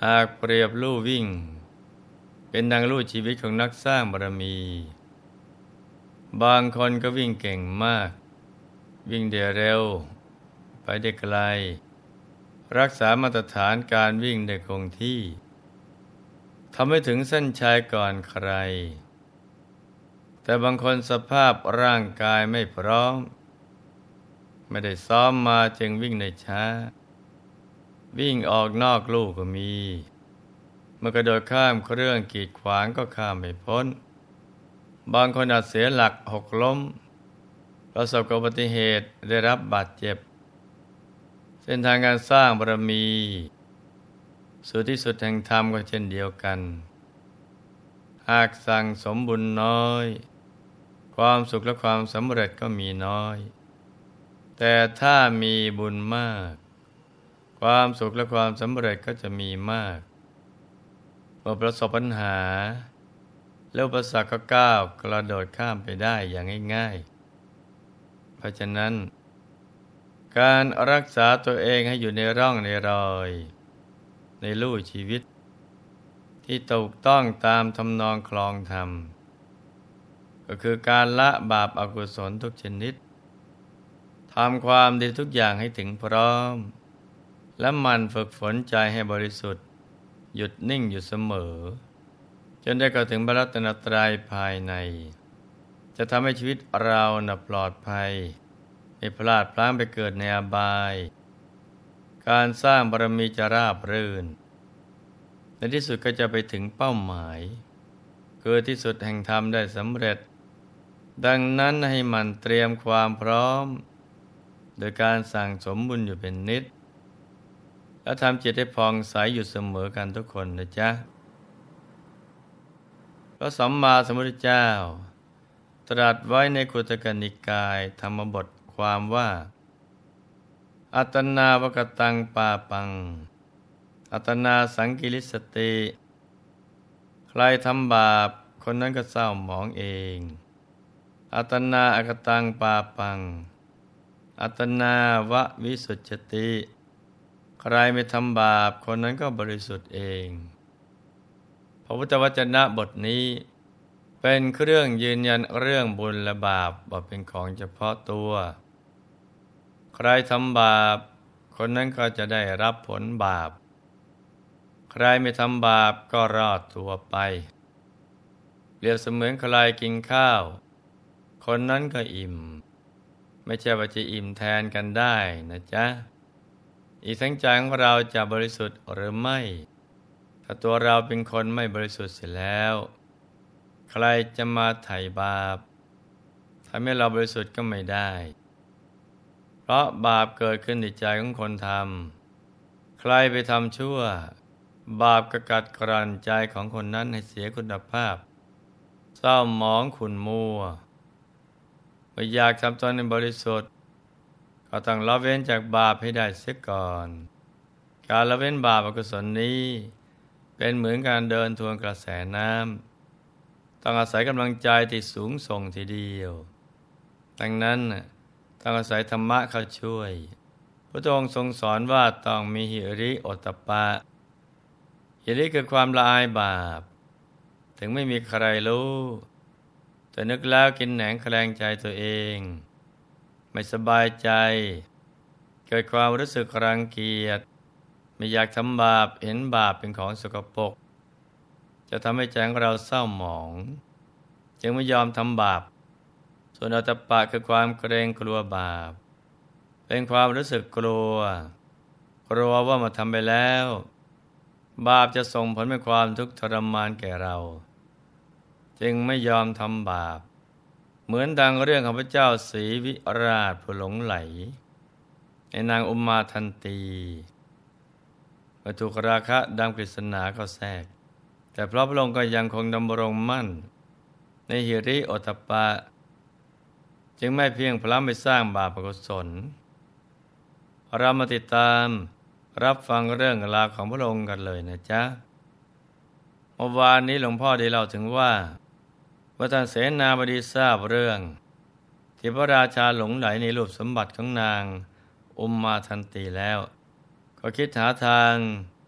หากเปรียบลู่วิ่งเป็นดังลู่ชีวิตของนักสร้างบารมี บางคนก็วิ่งเก่งมากวิ่งได้เร็วไปได้ไกลรักษามาตรฐานการวิ่งได้คงที่ทำให้ถึงเส้นชัยก่อนใครแต่บางคนสภาพร่างกายไม่พร้อมไม่ได้ซ้อมมาจึงวิ่งได้ช้าวิ่งออกนอกลู่ก็มีเมื่อกระโดดข้ามเครื่องกีดขวางก็ข้ามไม่พ้นบางคนอาจเสียหลักหกล้มประสบกับอุบัติเหตุได้รับบาดเจ็บเส้นทางการสร้างบารมีสู่ที่สุดแห่งธรรมก็เช่นเดียวกันหากสั่งสมบุญน้อยความสุขและความสำเร็จก็มีน้อยแต่ถ้ามีบุญมากความสุขและความสำเร็จก็จะมีมากเมื่อประสบปัญหาแล้วอุปสรรคก็ก้าวกระโดดข้ามไปได้อย่างง่ายๆเพราะฉะนั้นการรักษาตัวเองให้อยู่ในร่องในรอยในลู่ชีวิตที่ถูกต้องตามทำนองคลองธรรมก็คือการละบาปอกุศลทุกชนิดทำความดีทุกอย่างให้ถึงพร้อมและหมั่นฝึกฝนใจให้บริสุทธิ์หยุดนิ่งอยู่เสมอจนได้เข้าถึงพระรัตนตรัยภายในจะทำให้ชีวิตเราปลอดภัยไม่พลาดพลั้งไปเกิดในอบายการสร้างบารมีจะราบรื่นในที่สุดก็จะไปถึงเป้าหมายคือที่สุดแห่งธรรมได้สำเร็จดังนั้นให้มันเตรียมความพร้อมโดยการสั่งสมบุญอยู่เป็นนิดและทำจิตให้ผ่องใสอยู่เสมอกันทุกคนนะจ๊ะพระสัมมาสัมพุทธเจ้าตรัสไว้ในคุตกนิกายธรรมบทความว่าอัตตนาวกตังปาปังอัตตนาสังกิริสติใครทำบาปคนนั้นก็เศร้าหมองเองอัตตนาอกตังปาปังอัตตนาวะวิสุทธิติใครไม่ทำบาปคนนั้นก็บริสุทธิ์เองพระพุทธวจนะบทนี้เป็นเครื่องยืนยันเรื่องบุญและบาปว่าเป็นของเฉพาะตัวใครทำบาปคนนั้นก็จะได้รับผลบาปใครไม่ทำบาปก็รอดตัวไปเปรียบเสมือนใครกินข้าวคนนั้นก็อิ่มไม่ใช่ว่าจะอิ่มแทนกันได้นะจ๊ะอีกทั้งใจของเราจะบริสุทธิ์หรือไม่ถ้าตัวเราเป็นคนไม่บริสุทธิ์เสียแล้วใครจะมาไถ่บาปทำให้เราบริสุทธิ์ก็ไม่ได้เพราะบาปเกิดขึ้นในใจของคนทำใครไปทำชั่วบาปก็กัดกร่อนใจของคนนั้นให้เสียคุณภาพเศร้าหมองขุ่นมัวไม่อยากทำตนให้บริสุทธิ์ก็ต้องละเว้นจากบาปให้ได้เสียก่อนการละเว้นบาปอกุศลนี้เป็นเหมือนการเดินทวนกระแสน้ำต้องอาศัยกำลังใจที่สูงส่งทีเดียวดังนั้นต้องอาศัยธรรมะเข้าช่วยพระองค์ทรงสอนว่าต้องมีหิริโอตตัปปะหิริคือความละอายบาปถึงไม่มีใครรู้แต่นึกแล้วกินแหนงแคลงใจตัวเองไม่สบายใจเกิดความรู้สึกรังเกียจไม่อยากทำบาปเห็นบาปเป็นของสกปรกจะทำให้ใจของเราเศร้าหมองจึงไม่ยอมทำบาปส่วนโอตตัปปะคือความเกรงกลัวบาปเป็นความรู้สึกกลัวว่ามาทำไปแล้วบาปจะส่งผลเป็นความทุกข์ทรมานแก่เราจึงไม่ยอมทำบาปเหมือนดังเรื่องของพระเจ้าศรีวิราชผู้หลงไหลในนางอุมาทันตีเมื่อถูกราคะดำกฤษณาเข้าแทรกแต่พระองค์ก็ยังคงดำรงมั่นในหิริโอตตัปปะจึงไม่เพียงพลั้งไปสร้างบาปอกุศลเรามาติดตามรับฟังเรื่องราวของพระองค์กันเลยนะจ๊ะเมื่อวานนี้หลวงพ่อได้เล่าถึงว่าเมื่อท่านเสนาบดีทราบเรื่องที่พระราชาหลงไหลในรูปสมบัติของนางอุมมาทันตีแล้วก็คิดหาทาง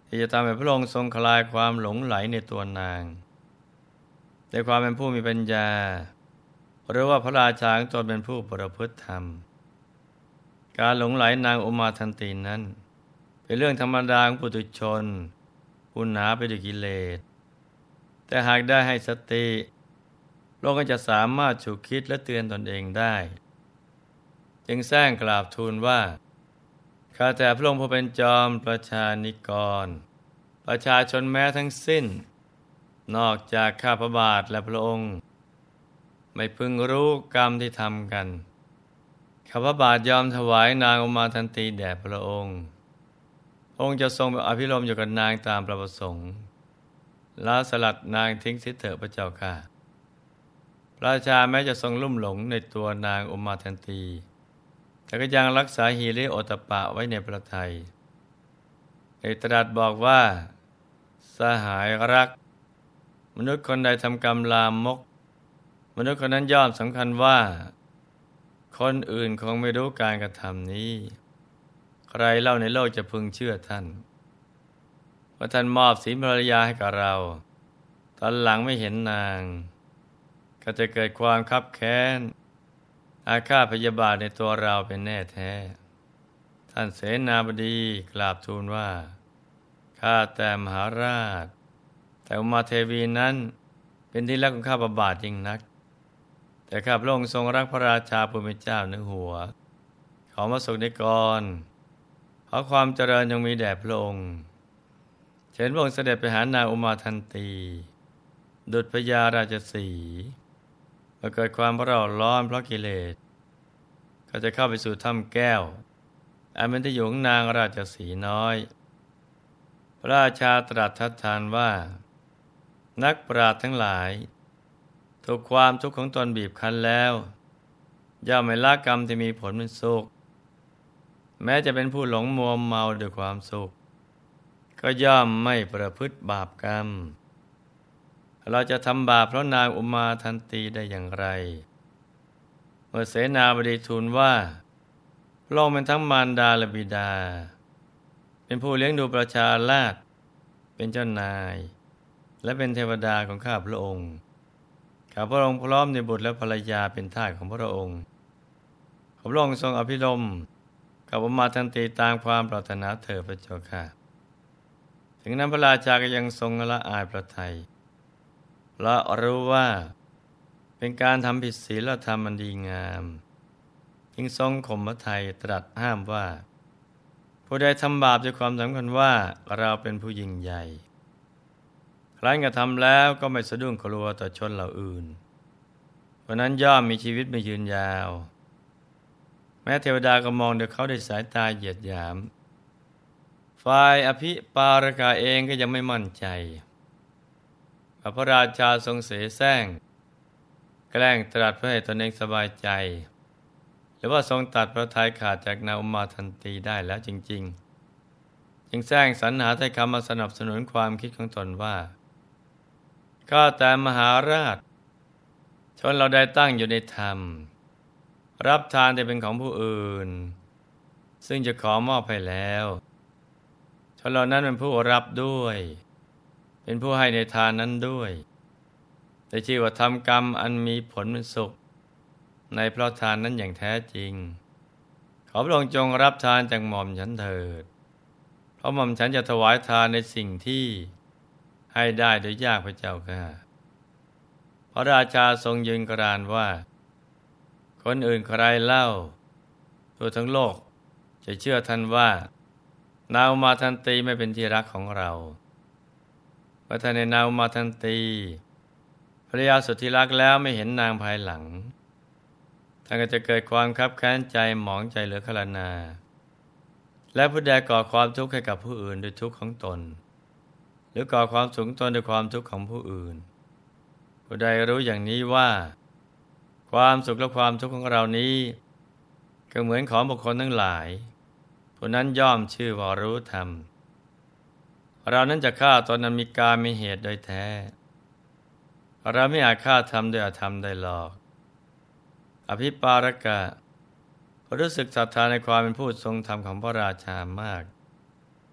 ที่จะทำให้พระองค์ทรงคลายความหลงไหลในตัวนางแต่ความเป็นผู้มีปัญญาหรือว่าพระราชาของตนเป็นผู้ประพฤติธรรมการหลงไหลนางอุมาทันตีนั้นเป็นเรื่องธรรมดาของปุถุชนผู้หนาไปด้วยกิเลสแต่หากได้ให้สติโลกก็จะสามารถฉุกคิดและเตือนตนเองได้จึงแซงกราบทูลว่าข้าแต่พระองค์ผู้เป็นจอมประชานิกรประชาชนแม้ทั้งสิ้นนอกจากข้าพระบาทและพระองค์ไม่พึงรู้กรรมที่ทำกันข้าพระบาทยอมถวายนางอุมาทันตีแด่พระองค์องค์จะทรงอภิรมย์อยู่กับนางตามประสงค์ละสลัดนางทิ้งเสิเถิดพระเจ้าค่ะพระราชาแม้จะทรงลุ่มหลงในตัวนางอุมาทันตีแต่ก็ยังรักษาหิริโอตตัปปะไว้ในพระทัยได้ตรัสบอกว่าสหายรักมนุษย์คนใดทำกรรมลามกมนุษย์คนนั้นย่อมสำคัญว่าคนอื่นคงไม่รู้การกระทำนี้ใครเล่าในโลกจะพึงเชื่อท่านว่าท่านมอบศีลภรรยาให้กับเราตอนหลังไม่เห็นนางก็จะเกิดความคับแค้นอาฆาตพยาบาทในตัวเราเป็นแน่แท้ท่านเสนาบดีกราบทูลว่าข้าแต่มหาราชแต่อุมาเทวีนั้นเป็นที่รักของข้าพระบาทยิ่งนักแต่ข้าพระองค์ทรงรักพระราชาผู้เป็นเจ้าเหนือหัวขอมาสุขในกรขอความเจริญจงมีแด่พระองค์เชิญพระองค์เสด็จไปหานางอุมาทันตีดุจพญาราชสีห์เมื่อเกิดความเร่าร้อนเพราะกิเลสก็จะเข้าไปสู่ถ้ำแก้วอันเป็นที่อยู่ของนางราชสีห์น้อยพระราชาตรัสทัดทานว่านักปราชญ์ทั้งหลายถูกความทุกข์ของตนบีบคั้นแล้วย่อมไม่ละกรรมที่มีผลเป็นสุขแม้จะเป็นผู้หลงมัวเมาด้วยความสุขก็ย่อมไม่ประพฤติบาปกรรมเราจะทำบาปเพราะนางอุมาทันตีได้อย่างไรเมื่อเสนาบดีทูลว่าพระองค์เป็นทั้งมารดาและบิดาเป็นผู้เลี้ยงดูประชาราษฎร์เป็นเจ้านายและเป็นเทวดาของข้าพระองค์ข้าพระองค์พร้อมในบุตรและภรรยาเป็นทาสของพระองค์ขอพระองค์ทรงอภิรมย์กับอุมาทันตีตามความปรารถนาเถิดพระเจ้าค่ะถึงนั้นพระราชาก็ยังทรงละอายพระทัยเพราะรู้ว่าเป็นการทำผิดศีลธรรมอันดีงามจึงทรงข่มพระทัยตรัสห้ามว่าผู้ใดทำบาปด้วยความสำคัญว่าเราเป็นผู้ยิ่งใหญ่ครั้นกระทำแล้วก็ไม่สะดุ้งกลัวต่อชนเหล่าอื่นเพราะนั้นย่อมมีชีวิตไม่ยืนยาวแม้เทวดาก็มองดูเขาด้วยสายตาเหยียดหยามฝ่ายอภิปารกาเองก็ยังไม่มั่นใจพระราชาทรงเสแสร้งแกล้งตรัสเพื่อให้ตนเองสบายใจหรือว่าทรงตัดพระทัยขาดจากนางอุมาทันตีได้แล้วจริงๆจึงแสร้งสรรหาถ้อยคำมาสนับสนุนความคิดของตนว่าข้าแต่มหาราชชนเราได้ตั้งอยู่ในธรรมรับทานแต่เป็นของผู้อื่นซึ่งจะขอมอบให้แล้วชนเรานั้นเป็นผู้รับด้วยเป็นผู้ให้ในทานนั้นด้วยแต่ชื่อว่าทำกรรมอันมีผลเป็นสุขในเพราะทานนั้นอย่างแท้จริงขอพระองค์จงรับทานจากหม่อมฉันเถิดเพราะหม่อมฉันจะถวายทานในสิ่งที่ให้ได้โดยยากพระเจ้าค่ะพระราชาทรงยืนกรานว่าคนอื่นใครเล่าทั่วทั้งโลกจะเชื่อท่านว่านางอุมาทันตีไม่เป็นที่รักของเราเพราะท่านในนางอุมาทันตีภรรยาสุดที่รักแล้วไม่เห็นนางภายหลังท่านก็จะเกิดความคับแค้นใจหมองใจเหลือคลนาและผู้ใดก่อความทุกข์ให้กับผู้อื่นด้วยทุกข์ของตนหรือก่อความสุขตนด้วยความทุกข์ของผู้อื่นผู้ใดรู้อย่างนี้ว่าความสุขและความทุกข์ของเรานี้ก็เหมือนของบุคคลทั้งหลายผู้นั้นย่อมชื่อว่ารู้ธรรมเรานั้นจะฆ่าตนนั้นมีกามีเหตุโดยแท้เราไม่อาจฆ่าธรรมโดยอธรรมได้หรอกอภิปารกะรู้สึกศรัทธาในความเป็นผู้ทรงธรรมของพระราชามาก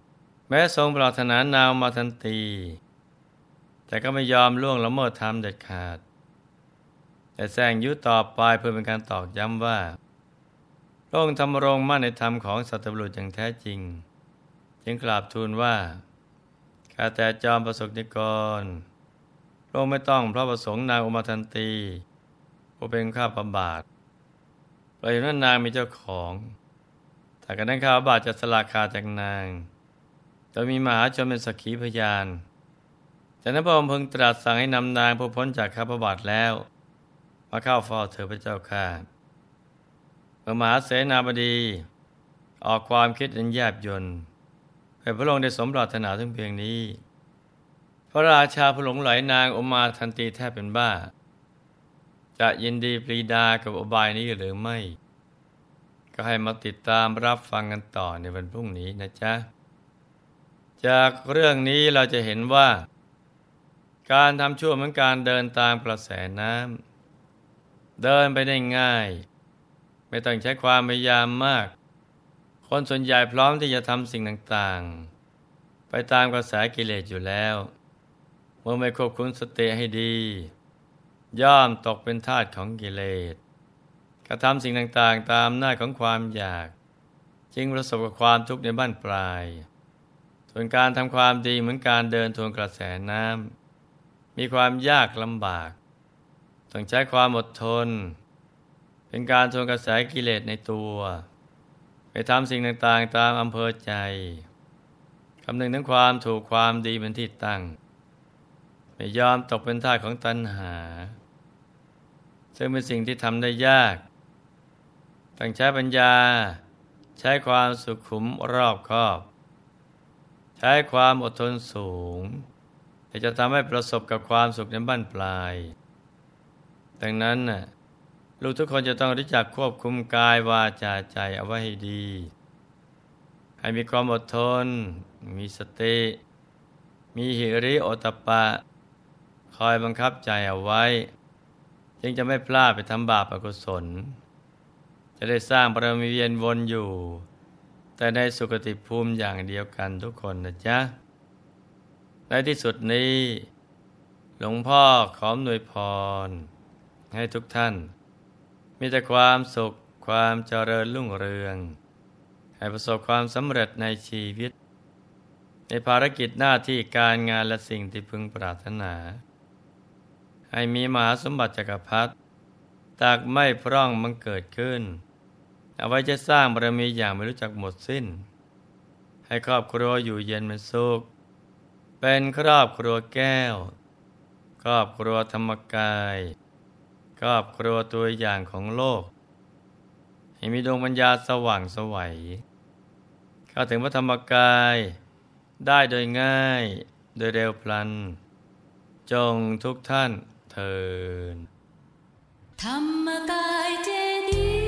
แม้ทรงปรารถนานามมาทันทีแต่ก็ไม่ยอมล่วงละเมิดธรรมเด็ดขาดแต่แซงยุต่อไปเพื่อเป็นการตอกย้ำว่าพระองค์ทำรงมั่นในธรรมของสัตบุรุษอย่างแท้จริงจึงกราบทูลว่าข้าแต่จอมประสบนิกรพระองค์ไม่ต้องพระประสงค์นางอุมาทันตีผู้เป็นข้าพบาทประโยชน์นั้นนางมีเจ้าของถ้าการนั้นข้าพบาทจะสละขาดจากนางโดยมีมหาชนเป็นสักขีพยานจากนั้นพระองค์พึงตรัสสั่งให้นำนางผู้พ้นจากข้าพบาทแล้วมาเข้าเฝ้าเถิดพระเจ้าข้าเมื่อมหาเสนาบดีออกความคิดอันแยบยลให้พระองค์ได้สมปรารถนาถึงเพียงนี้พระราชาผู้หลงไหลนางอุมาทันตีแทบเป็นบ้าจะยินดีปรีดากับอุบายนี้หรือไม่ก็ให้มาติดตามรับฟังกันต่อในวันพรุ่งนี้นะจ๊ะจากเรื่องนี้เราจะเห็นว่าการทำชั่วเหมือนการเดินตามกระแสน้ำเดินไปได้ง่ายไม่ต้องใช้ความพยายามมากคนส่วนใหญ่พร้อมที่จะทำสิ่งต่างๆไปตามกระแสกิเลสอยู่แล้วเมื่อไม่ควบคุมสติให้ดีย่อมตกเป็นทาสของกิเลสกระทำสิ่งต่างๆตามหน้าของความอยากจึงประสบกับความทุกข์ในบั้นปลายส่วนการทำความดีเหมือนการเดินทวนกระแสน้ำมีความยากลำบากต้องใช้ความอดทนเป็นการทวนกระแสกิเลสในตัวไปทำสิ่งต่างๆตามอำเภอใจคำนึงถึงความถูกความดีเป็นที่ตั้งไม่ยอมตกเป็นทาสของตัณหาซึ่งเป็นสิ่งที่ทำได้ยากต้องใช้ปัญญาใช้ความสุขุมรอบคอบใช้ความอดทนสูงที่จะทำให้ประสบกับความสุขในบั้นปลายดังนั้นลูกทุกคนจะต้องรู้จักควบคุมกายวาจาใจเอาไว้ให้ดีให้มีความอดทนมีสติมีหิริโอตตัปปะคอยบังคับใจเอาไว้จึงจะไม่พลาดไปทำบาปอกุศลจะได้สร้างบารมีเวียนวนอยู่แต่ในสุคติภูมิอย่างเดียวกันทุกคนนะจ๊ะในที่สุดนี้หลวงพ่อขออำนวยพรให้ทุกท่านมีแต่ความสุขความเจริญรุ่งเรืองให้ประสบความสำเร็จในชีวิตในภารกิจหน้าที่การงานและสิ่งที่พึงปรารถนาให้มีมหาสมบัติจักรพรรดิตากไม่พร่องมันเกิดขึ้นเอาไว้จะสร้างบารมีอย่างไม่รู้จักหมดสิ้นให้ครอบครัวอยู่เย็นเป็นสุขเป็นครอบครัวแก้วครอบครัวธรรมกายครอบครัวตัวอย่างของโลกให้มีดวงปัญญาสว่างไสวเข้าถึงพระธรรมกายได้โดยง่ายโดยเร็วพลันจงทุกท่านเทอญธรรมกายเจดีย์